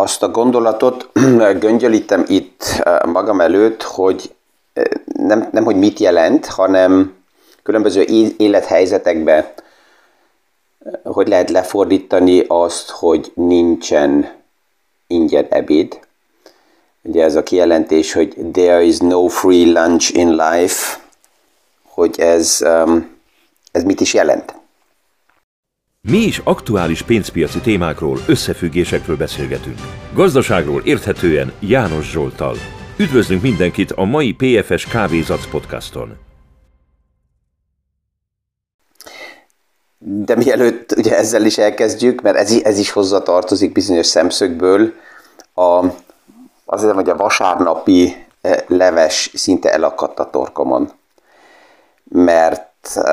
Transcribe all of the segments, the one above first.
azt a gondolatot göngyölítem itt magam előtt, hogy nem hogy mit jelent, hanem különböző élethelyzetekben hogy lehet lefordítani azt, hogy nincsen ingyen ebéd. Ugye ez a kijelentés, hogy there is no free lunch in life, hogy ez mit is jelent. Mi is aktuális pénzpiaci témákról, összefüggésekről beszélgetünk. Gazdaságról érthetően János Zsolttal. Üdvözlünk mindenkit a mai PFS Kávézac podcaston. De mielőtt ugye ezzel is elkezdjük, mert ez is hozzatartozik bizonyos szemszögből, azt hiszem, hogy a vasárnapi leves szinte elakadt a torkomon. Mert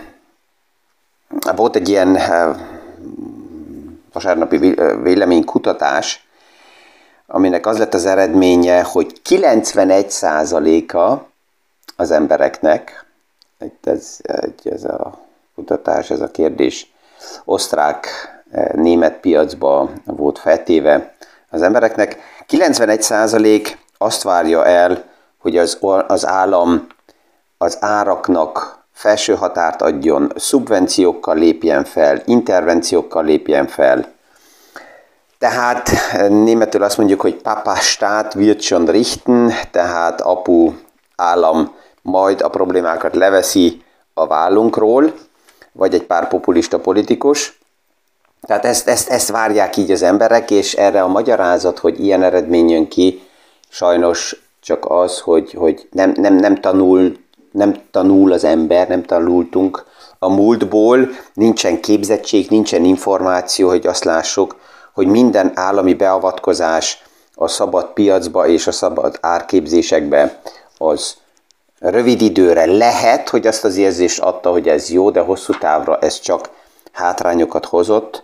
volt egy ilyen vasárnapi véleménykutatás, aminek az lett az eredménye, hogy 91%-a az embereknek, ez a kutatás, ez a kérdés osztrák-német piacba volt feltéve az embereknek, 91% azt várja el, hogy az állam az áraknak felső határt adjon, szubvenciókkal lépjen fel, intervenciókkal lépjen fel. Tehát németül azt mondjuk, hogy Papa Staat wird schon richten, tehát apu állam majd a problémákat leveszi a vállunkról, vagy egy pár populista politikus. Tehát ezt várják így az emberek, és erre a magyarázat, hogy ilyen eredmény jön ki, sajnos csak az, hogy nem tanul az ember, nem tanultunk a múltból, nincsen képzettség, nincsen információ, hogy azt lássuk, hogy minden állami beavatkozás a szabad piacba és a szabad árképzésekbe az rövid időre lehet, hogy azt az érzést adta, hogy ez jó, de hosszú távra ez csak hátrányokat hozott.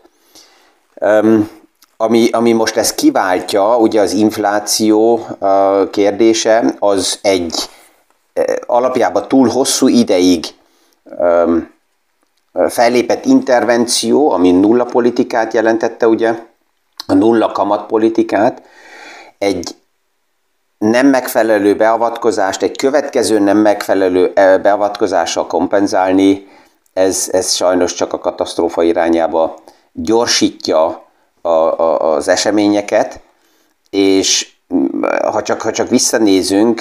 Ami most ezt kiváltja, ugye az infláció kérdése, az egy alapjában túl hosszú ideig fellépett intervenció, ami nulla politikát jelentette, ugye, a nulla kamatpolitikát, egy nem megfelelő beavatkozást, egy következő nem megfelelő beavatkozással kompenzálni, ez sajnos csak a katasztrófa irányába gyorsítja az eseményeket, és ha csak visszanézünk,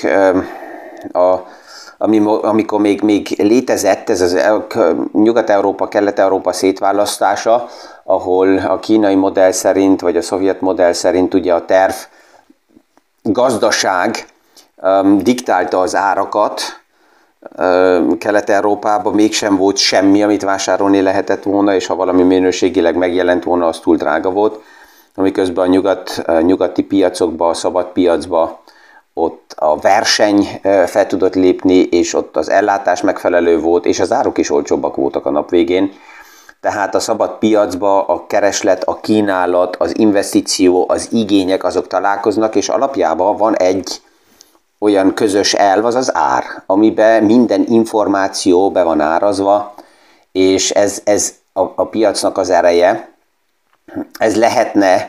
amikor még létezett ez az Nyugat-Európa, Kelet-Európa szétválasztása, ahol a kínai modell szerint, vagy a szovjet modell szerint ugye a terv gazdaság diktálta az árakat, Kelet-Európában mégsem volt semmi, amit vásárolni lehetett volna, és ha valami minőségileg megjelent volna, az túl drága volt. Amiközben a nyugati piacokban, a szabad piacban ott a verseny fel tudott lépni, és ott az ellátás megfelelő volt, és az áruk is olcsóbbak voltak a nap végén. Tehát a szabad piacban a kereslet, a kínálat, az investíció, az igények, azok találkoznak, és alapjában van egy olyan közös elv, az az ár, amiben minden információ be van árazva, és ez a piacnak az ereje. Ez lehetne,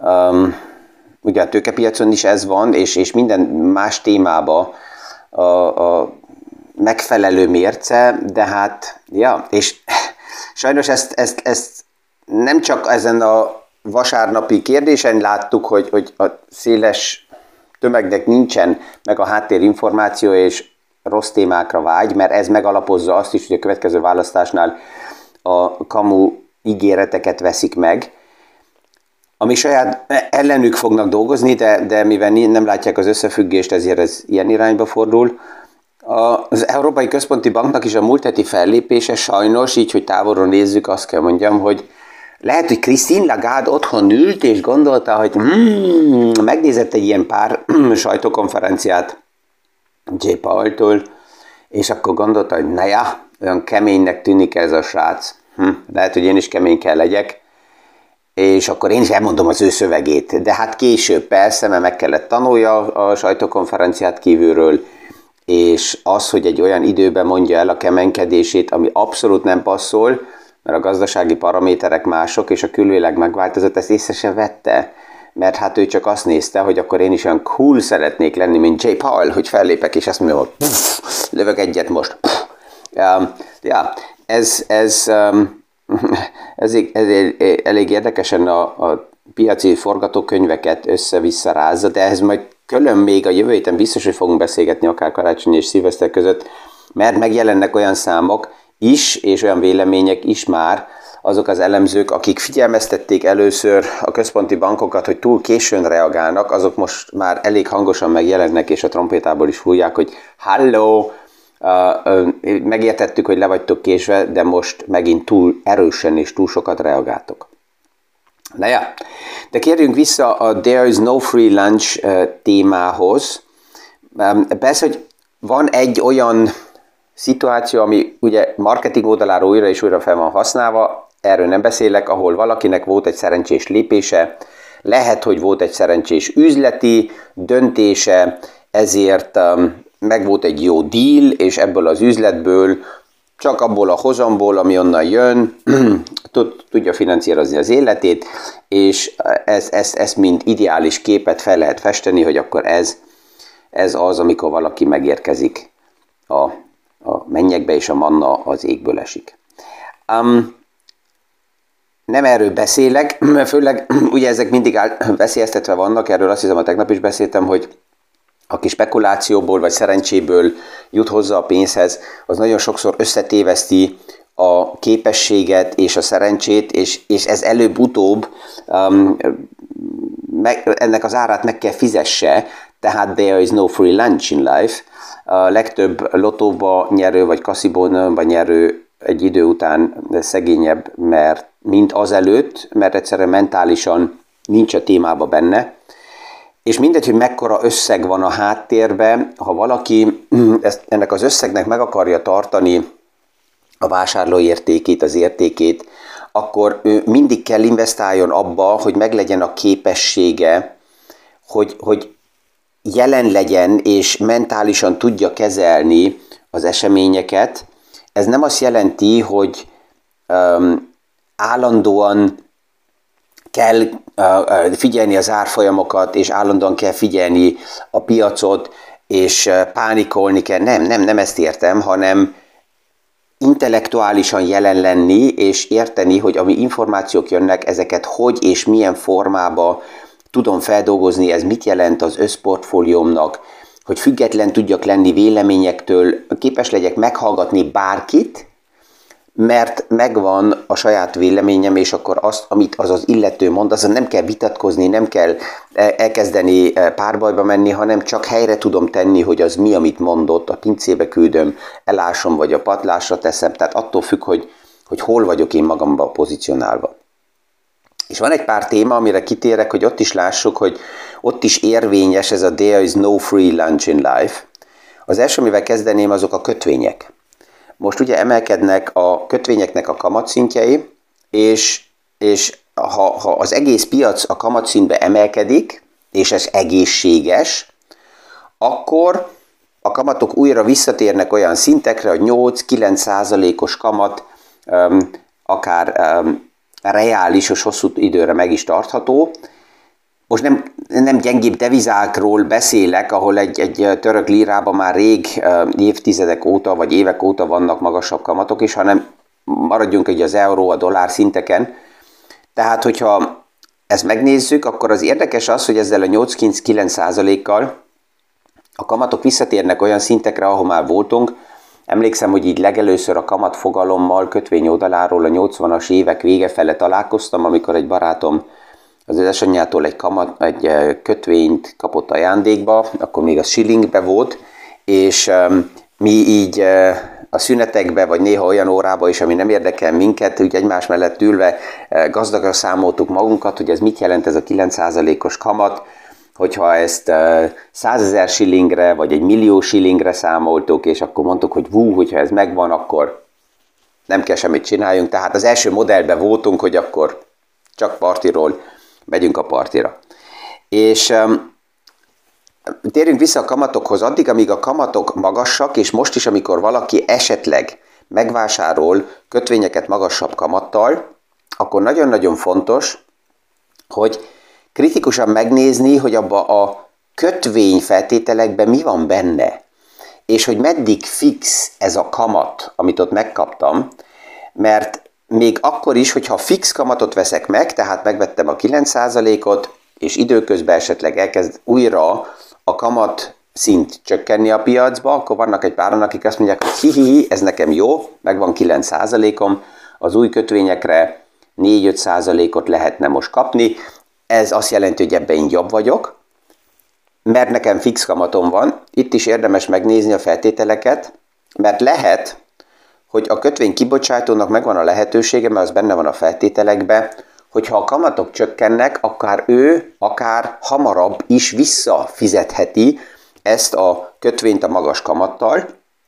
ugye a tőkepiacon is ez van, és minden más témában a megfelelő mérce, de hát, ja, és sajnos ezt nem csak ezen a vasárnapi kérdésen láttuk, hogy a széles tömegnek nincsen meg a háttérinformáció és rossz témákra vágy, mert ez megalapozza azt is, hogy a következő választásnál a kamu ígéreteket veszik meg, ami saját ellenük fognak dolgozni, de mivel nem látják az összefüggést, ezért ez ilyen irányba fordul. Az Európai Központi Banknak is a múlt heti fellépése sajnos, így, hogy távolról nézzük, azt kell mondjam, hogy lehet, hogy Christine Lagarde otthon ült, és gondolta, hogy megnézett egy ilyen pár sajtókonferenciát J. Powell-től, és akkor gondolta, hogy naja, olyan keménynek tűnik ez a srác. Lehet, hogy én is kemény kell legyek, és akkor én is elmondom az ő szövegét. De hát később persze, mert meg kellett tanulja a sajtókonferenciát kívülről, és az, hogy egy olyan időben mondja el a keménykedését, ami abszolút nem passzol, mert a gazdasági paraméterek mások, és a külvilág megváltozott, ezt észre se vette. mert hát ő csak azt nézte, hogy akkor én is olyan cool szeretnék lenni, mint Jay Powell, hogy fellépek, és azt mondom, hogy lövök egyet most. Ez elég érdekesen a piaci forgatókönyveket össze-vissza rázza, de ez majd külön még a jövő héten biztos, hogy fogunk beszélgetni akár karácsony és szilveszter között, mert megjelennek olyan számok is, és olyan vélemények is már, azok az elemzők, akik figyelmeztették először a központi bankokat, hogy túl későn reagálnak, azok most már elég hangosan megjelennek, és a trompétából is fújják, hogy halló, megértettük, hogy le vagytok késve, de most megint túl erősen és túl sokat reagáltok. Na ja, de kérjünk vissza a There is no free lunch témához. Persze, hogy van egy olyan szituáció, ami ugye marketing oldaláról újra és újra fel van használva, erről nem beszélek, ahol valakinek volt egy szerencsés lépése, lehet, hogy volt egy szerencsés üzleti döntése, ezért meg volt egy jó deal, és ebből az üzletből, csak abból a hozamból, ami onnan jön, tudja finanszírozni az életét, és ezt mint ideális képet fel lehet festeni, hogy akkor ez az, amikor valaki megérkezik a mennyekbe, és a manna az égből esik. Nem erről beszélek, mert főleg ugye ezek mindig veszélyeztetve vannak, erről azt hiszem, a tegnap is beszéltem, hogy aki spekulációból vagy szerencséből jut hozzá a pénzhez, az nagyon sokszor összetéveszti a képességet és a szerencsét, és ez előbb-utóbb ennek az árát meg kell fizesse, tehát there is no free lunch in life. A legtöbb lotóba nyerő vagy kaszibóba nyerő egy idő után szegényebb, mint azelőtt, mert egyszerűen mentálisan nincs a témába benne. És mindegy, hogy mekkora összeg van a háttérben, ha valaki ennek az összegnek meg akarja tartani a vásárlóértékét, az értékét, akkor ő mindig kell investáljon abba, hogy meglegyen a képessége, hogy jelen legyen és mentálisan tudja kezelni az eseményeket. Ez nem azt jelenti, hogy állandóan kell figyelni az árfolyamokat, és állandóan kell figyelni a piacot, és pánikolni kell. Nem ezt értem, hanem intellektuálisan jelen lenni, és érteni, hogy ami információk jönnek, ezeket hogy és milyen formába tudom feldolgozni, ez mit jelent az összportfóliómnak, hogy független tudjak lenni véleményektől, képes legyek meghallgatni bárkit, mert megvan a saját véleményem, és akkor azt, amit az illető mond, azon nem kell vitatkozni, nem kell elkezdeni párbajba menni, hanem csak helyre tudom tenni, hogy az mi, amit mondott, a pincébe küldöm, elásom, vagy a padlásra teszem, tehát attól függ, hogy hol vagyok én magamban pozícionálva. És van egy pár téma, amire kitérek, hogy ott is lássuk, hogy ott is érvényes ez a there is no free lunch in life. Az első, amivel kezdeném, azok a kötvények. Most ugye emelkednek a kötvényeknek a kamatszintjei, és ha az egész piac a kamatszintbe emelkedik, és ez egészséges, akkor a kamatok újra visszatérnek olyan szintekre, hogy 8-9%-os kamat akár reális és hosszú időre meg is tartható. Most nem gyengébb devizákról beszélek, ahol egy török lírában már rég évtizedek óta, vagy évek óta vannak magasabb kamatok is, hanem maradjunk egy az euró, a dollár szinteken. Tehát, hogyha ezt megnézzük, akkor az érdekes az, hogy ezzel a 8-9%-kal a kamatok visszatérnek olyan szintekre, ahol már voltunk. Emlékszem, hogy így legelőször a kamatfogalommal kötvény oldaláról a 80-as évek vége fele találkoztam, amikor egy barátom az édesanyjától egy kötvényt kapott ajándékba, akkor még a shillingbe volt, és mi így a szünetekbe, vagy néha olyan órába is, ami nem érdekel minket, úgy egymás mellett ülve gazdagra számoltuk magunkat, hogy ez mit jelent ez a 9%-os kamat, hogyha ezt 100 000 shillingre, vagy 1 millió shillingre számoltuk, és akkor mondtuk, hogy hogyha ez megvan, akkor nem kell semmit csináljunk. Tehát az első modellben voltunk, hogy akkor csak partiról megyünk a partira. És térjünk vissza a kamatokhoz, addig, amíg a kamatok magasak, és most is, amikor valaki esetleg megvásárol kötvényeket magasabb kamattal, akkor nagyon-nagyon fontos, hogy kritikusan megnézni, hogy abba a kötvényfeltételekben mi van benne, és hogy meddig fix ez a kamat, amit ott megkaptam, mert még akkor is, hogyha fix kamatot veszek meg, tehát megvettem a 9%-ot, és időközben esetleg elkezd újra a kamat szint csökkenni a piacba, akkor vannak egy páran, akik azt mondják, hogy hihihi, ez nekem jó, megvan 9%-om, az új kötvényekre 4-5%-ot lehetne most kapni. Ez azt jelenti, hogy ebben én jobb vagyok, mert nekem fix kamatom van. Itt is érdemes megnézni a feltételeket, mert lehet, hogy a kötvény kibocsátónak megvan a lehetősége, mert az benne van a feltételekben, hogyha a kamatok csökkennek, akár ő akár hamarabb is visszafizetheti ezt a kötvényt a magas kamattal.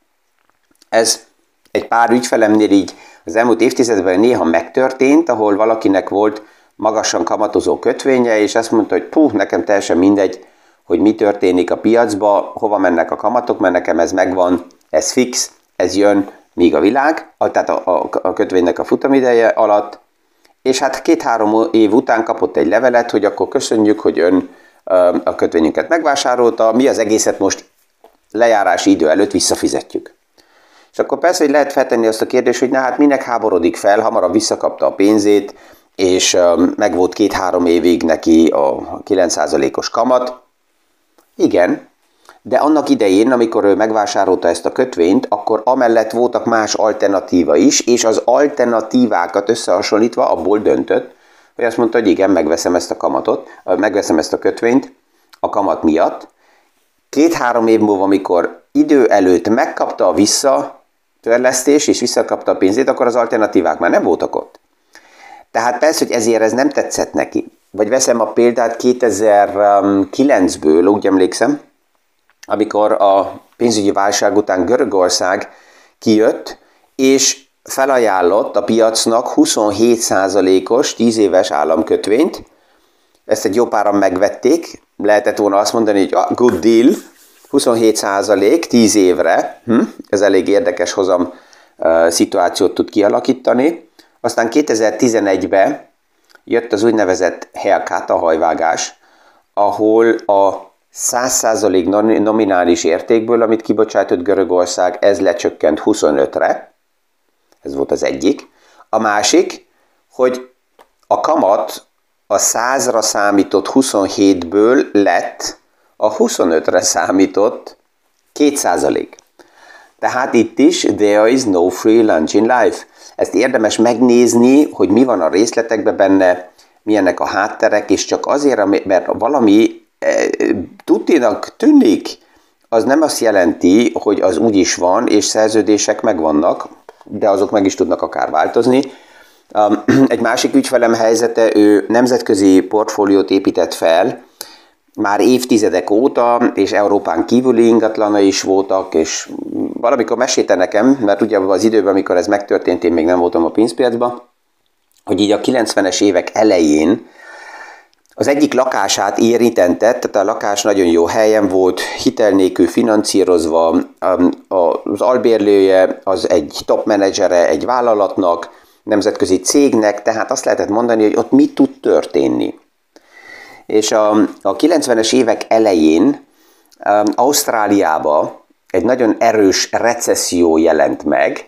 Ez egy pár ügyfelemnél így az elmúlt évtizedben néha megtörtént, ahol valakinek volt magasan kamatozó kötvénye, és azt mondta, hogy nekem teljesen mindegy, hogy mi történik a piacba, hova mennek a kamatok, mert nekem ez megvan, ez fix, ez jön, míg a világ, tehát a kötvénynek a futamideje alatt, és hát 2-3 év után kapott egy levelet, hogy akkor köszönjük, hogy ön a kötvényünket megvásárolta, mi az egészet most lejárási idő előtt visszafizetjük. És akkor persze, hogy lehet feltenni azt a kérdést, hogy hát minek háborodik fel, hamarabb visszakapta a pénzét, és meg volt 2-3 évig neki a 9%-os kamat. Igen, de annak idején, amikor ő megvásárolta ezt a kötvényt, akkor amellett voltak más alternatíva is, és az alternatívákat összehasonlítva abból döntött, hogy azt mondta, hogy igen, megveszem ezt a kamatot, megveszem ezt a kötvényt a kamat miatt. 2-3 év múlva, amikor idő előtt megkapta a visszatörlesztés, és visszakapta a pénzét, akkor az alternatívák már nem voltak ott. Tehát persze, hogy ezért ez nem tetszett neki. Vagy veszem a példát 2009-ből, úgy emlékszem, amikor a pénzügyi válság után Görögország kijött, és felajánlott a piacnak 27%-os 10 éves államkötvényt. Ezt egy jó páran megvették, lehetett volna azt mondani, hogy good deal, 27% 10 évre, ez elég érdekes hozam szituációt tud kialakítani. Aztán 2011-ben jött az úgynevezett haircut, a hajvágás, ahol a 100% nominális értékből, amit kibocsátott Görögország, ez lecsökkent 25-re. Ez volt az egyik. A másik, hogy a kamat a 100-ra számított 27-ből lett a 25-re számított 2%. Tehát itt is there is no free lunch in life. Ezt érdemes megnézni, hogy mi van a részletekben benne, milyenek a hátterek, és csak azért, mert valami tudtinak tűnik, az nem azt jelenti, hogy az úgy is van, és szerződések megvannak, de azok meg is tudnak akár változni. Egy másik ügyfelem helyzete, ő nemzetközi portfóliót épített fel, már évtizedek óta, és Európán kívüli ingatlana is voltak, és valamikor mesélte nekem, mert ugye az időben, amikor ez megtörtént, én még nem voltam a pénzpiacban, hogy így a 90-es évek elején az egyik lakását érintette, tehát a lakás nagyon jó helyen volt, hitel nélkül finanszírozva, az albérlője az egy top menedzsere egy vállalatnak, nemzetközi cégnek, tehát azt lehetett mondani, hogy ott mi tud történni. És a 90-es évek elején Ausztráliába egy nagyon erős recesszió jelent meg,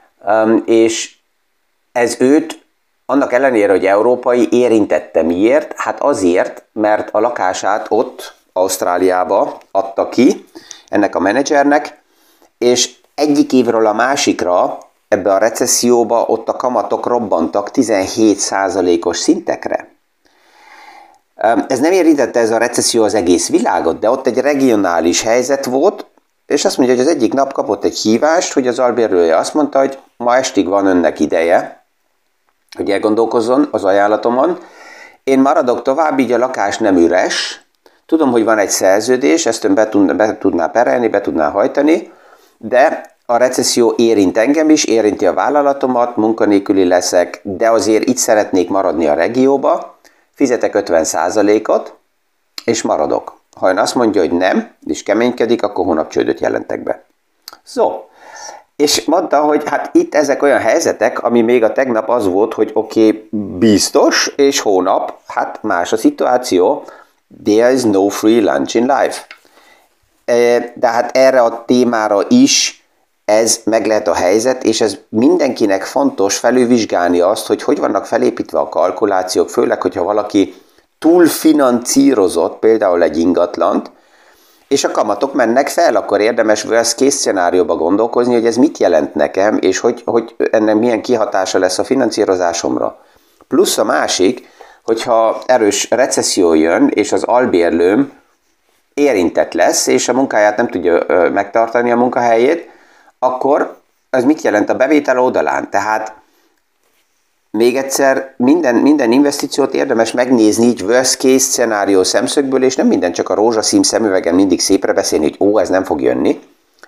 és ez őt annak ellenére, hogy európai, érintette. Miért? Hát azért, mert a lakását ott, Ausztráliába adta ki ennek a menedzsernek, és egyik évről a másikra ebbe a recesszióba ott a kamatok robbantak 17%-os szintekre. Ez nem érintette ez a recesszió az egész világot, de ott egy regionális helyzet volt, és azt mondja, hogy az egyik nap kapott egy hívást, hogy az albérlője azt mondta, hogy ma estig van önnek ideje, hogy elgondolkozzon az ajánlatomon. Én maradok tovább, így a lakás nem üres. Tudom, hogy van egy szerződés, ezt ön be tudná perelni, be tudná hajtani, de a recesszió érint engem is, érinti a vállalatomat, munkanélküli leszek, de azért itt szeretnék maradni a regióba, fizetek 50%-ot, és maradok. Ha ön azt mondja, hogy nem, és keménykedik, akkor hónap csődöt jelentek be. És mondta, hogy hát itt ezek olyan helyzetek, ami még a tegnap az volt, hogy oké, biztos, és hónap, hát más a szituáció, there is no free lunch in life. De hát erre a témára is ez meg lehet a helyzet, és ez mindenkinek fontos felülvizsgálni azt, hogy vannak felépítve a kalkulációk, főleg, hogyha valaki túlfinanszírozott például egy ingatlant, és a kamatok mennek fel, akkor érdemes worst case szenárióba gondolkozni, hogy ez mit jelent nekem, és hogy ennek milyen kihatása lesz a finanszírozásomra. Plusz a másik, hogyha erős recesszió jön, és az albérlőm érintett lesz, és a munkáját nem tudja megtartani a munkahelyét, akkor ez mit jelent a bevétel oldalán? Tehát még egyszer, minden investíciót érdemes megnézni így worst case szenárió szemszögből, és nem minden csak a rózsaszín szemüvegen mindig szépre beszélni, hogy ez nem fog jönni.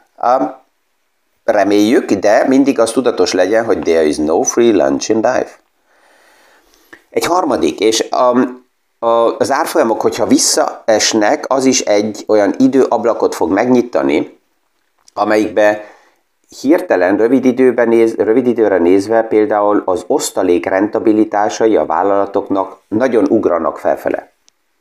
Reméljük, de mindig az tudatos legyen, hogy there is no free lunch in life. Egy harmadik, és az árfolyamok, hogyha visszaesnek, az is egy olyan időablakot fog megnyitani, amelyikbe hirtelen, rövid időre nézve például az osztalék rentabilitásai a vállalatoknak nagyon ugranak felfele.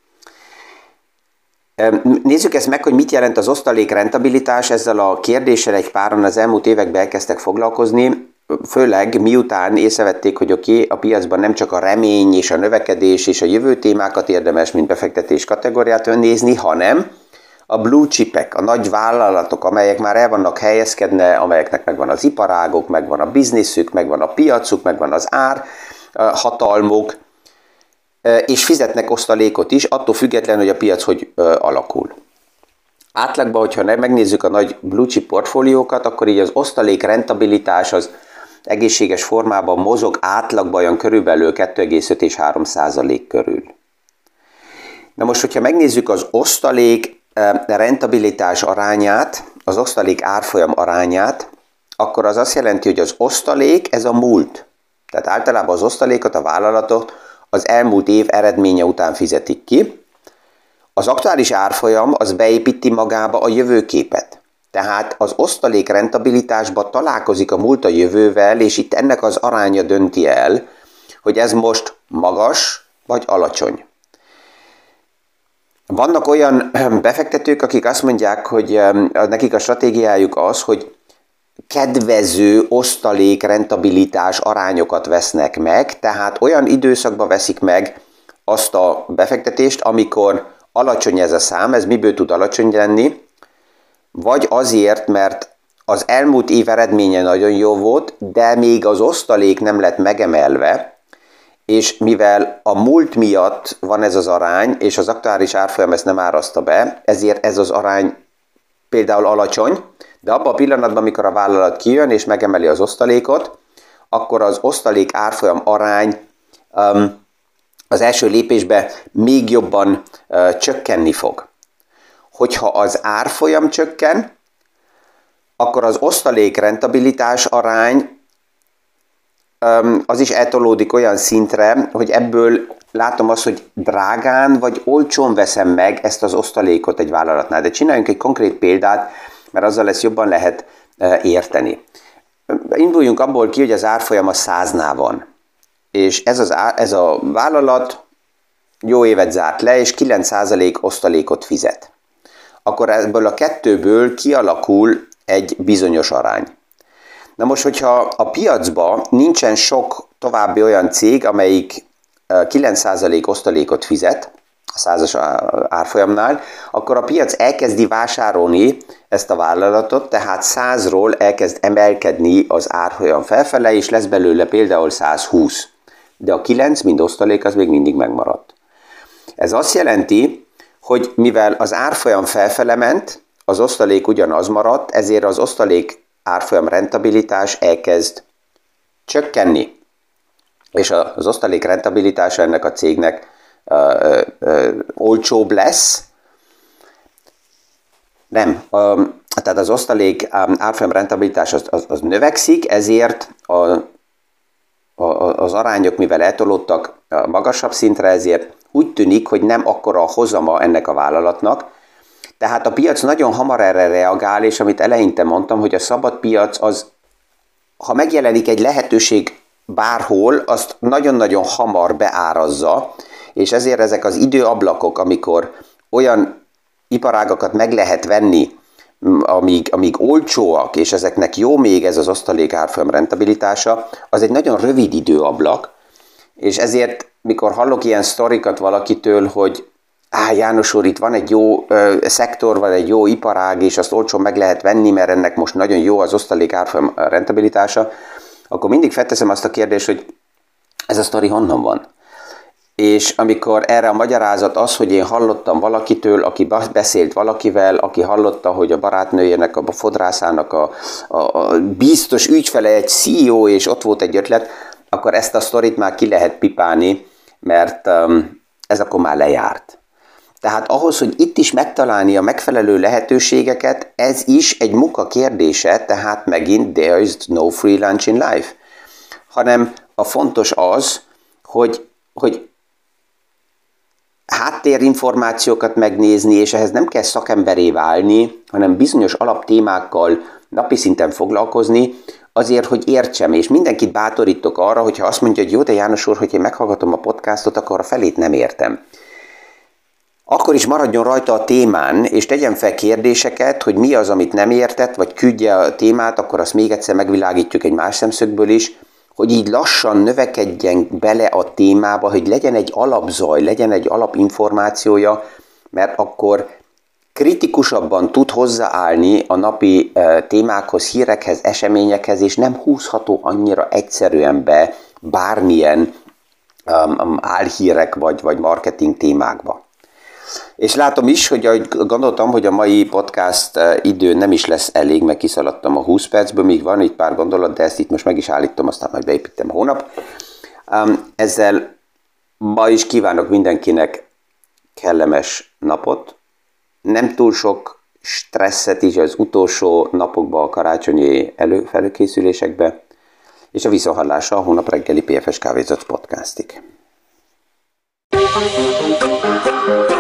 Nézzük ezt meg, hogy mit jelent az osztalék rentabilitás. Ezzel a kérdéssel egy páran az elmúlt években elkezdtek foglalkozni, főleg miután észrevették, hogy a piacban nem csak a remény és a növekedés és a jövő témákat érdemes, mint befektetés kategóriát nézni, hanem a blue chipek, a nagy vállalatok, amelyek már el vannak helyezkedve, amelyeknek megvan az iparágok, megvan a bizniszük, megvan a piacuk, megvan az ár hatalmuk, és fizetnek osztalékot is, attól függetlenül, hogy a piac hogy alakul. Átlagban, hogyha megnézzük a nagy blue chip portfóliókat, akkor így az osztalék rentabilitás az egészséges formában mozog átlagban olyan körülbelül 2,5 és 3% körül. Na most, hogyha megnézzük az osztalék rentabilitás arányát, az osztalék árfolyam arányát, akkor az azt jelenti, hogy az osztalék ez a múlt. Tehát általában az osztalékot a vállalatok az elmúlt év eredménye után fizetik ki. Az aktuális árfolyam az beépíti magába a jövőképet. Tehát az osztalék rentabilitásban találkozik a múlt a jövővel, és itt ennek az aránya dönti el, hogy ez most magas vagy alacsony. Vannak olyan befektetők, akik azt mondják, hogy nekik a stratégiájuk az, hogy kedvező osztalék rentabilitás arányokat vesznek meg, tehát olyan időszakban veszik meg azt a befektetést, amikor alacsony ez a szám. Ez miből tud alacsony lenni? Vagy azért, mert az elmúlt év eredménye nagyon jó volt, de még az osztalék nem lett megemelve, és mivel a múlt miatt van ez az arány, és az aktuális árfolyam ezt nem áraszta be, ezért ez az arány például alacsony, de abban a pillanatban, amikor a vállalat kijön és megemeli az osztalékot, akkor az osztalék árfolyam arány az első lépésben még jobban csökkenni fog. Hogyha az árfolyam csökken, akkor az osztalék rentabilitás arány az is eltolódik olyan szintre, hogy ebből látom azt, hogy drágán vagy olcsón veszem meg ezt az osztalékot egy vállalatnál. De csináljunk egy konkrét példát, mert azzal ezt jobban lehet érteni. Induljunk abból ki, hogy az árfolyam a 100-nál van. És ez a vállalat jó évet zárt le, és 9% osztalékot fizet. Akkor ebből a kettőből kialakul egy bizonyos arány. Na most, hogyha a piacban nincsen sok további olyan cég, amelyik 9% osztalékot fizet a 100-as árfolyamnál, akkor a piac elkezdi vásárolni ezt a vállalatot, tehát 100-ról elkezd emelkedni az árfolyam felfele, és lesz belőle például 120. De a 9, mind osztalék, az még mindig megmaradt. Ez azt jelenti, hogy mivel az árfolyam felfele ment, az osztalék ugyanaz maradt, ezért az osztalék árfolyam rentabilitás elkezd csökkenni. És az osztalék rentabilitása ennek a cégnek olcsóbb lesz. Nem, tehát az osztalék árfolyam rentabilitás az növekszik, ezért az arányok, mivel eltolódtak magasabb szintre, ezért úgy tűnik, hogy nem akkora a hozama ennek a vállalatnak. Tehát a piac nagyon hamar erre reagál, és amit eleinte mondtam, hogy a szabad piac az ha megjelenik egy lehetőség bárhol, azt nagyon-nagyon hamar beárazza, és ezért ezek az időablakok, amikor olyan iparágakat meg lehet venni, amíg olcsóak, és ezeknek jó még ez az osztalék árfolyam rentabilitása, az egy nagyon rövid időablak, és ezért, mikor hallok ilyen sztorikat valakitől, hogy János úr, itt van egy jó szektor, van egy jó iparág, és azt olcsón meg lehet venni, mert ennek most nagyon jó az osztalék árfolyam rentabilitása, akkor mindig felteszem azt a kérdést, hogy ez a sztori honnan van? És amikor erre a magyarázat az, hogy én hallottam valakitől, aki beszélt valakivel, aki hallotta, hogy a barátnőjének, a fodrászának a biztos ügyfele egy CEO, és ott volt egy ötlet, akkor ezt a sztorit már ki lehet pipálni, mert ez akkor már lejárt. Tehát ahhoz, hogy itt is megtalálni a megfelelő lehetőségeket, ez is egy munka kérdése, tehát megint there is no free lunch in life. Hanem a fontos az, hogy háttérinformációkat megnézni, és ehhez nem kell szakemberé válni, hanem bizonyos alaptémákkal napi szinten foglalkozni, azért, hogy értsem, és mindenkit bátorítok arra, hogyha azt mondja, hogy jó, de János úr, hogy én meghallgatom a podcastot, akkor a felét nem értem. Akkor is maradjon rajta a témán, és tegyen fel kérdéseket, hogy mi az, amit nem értett, vagy küldje a témát, akkor azt még egyszer megvilágítjuk egy más szemszögből is, hogy így lassan növekedjen bele a témába, hogy legyen egy alapzaj, legyen egy alapinformációja, mert akkor kritikusabban tud hozzáállni a napi témákhoz, hírekhez, eseményekhez, és nem húzható annyira egyszerűen be bármilyen álhírek vagy marketing témákba. És látom is, hogy ahogy gondoltam, hogy a mai podcast idő nem is lesz elég, mert kiszaladtam a 20 percből, még van itt pár gondolat, de ezt itt most meg is állítom, aztán majd beépítem hónap. Ezzel ma is kívánok mindenkinek kellemes napot, nem túl sok stresszet is az utolsó napokban a karácsonyi felkészülésekbe, és a viszonthallásra a hónap reggeli PFS Kávézac podcastig.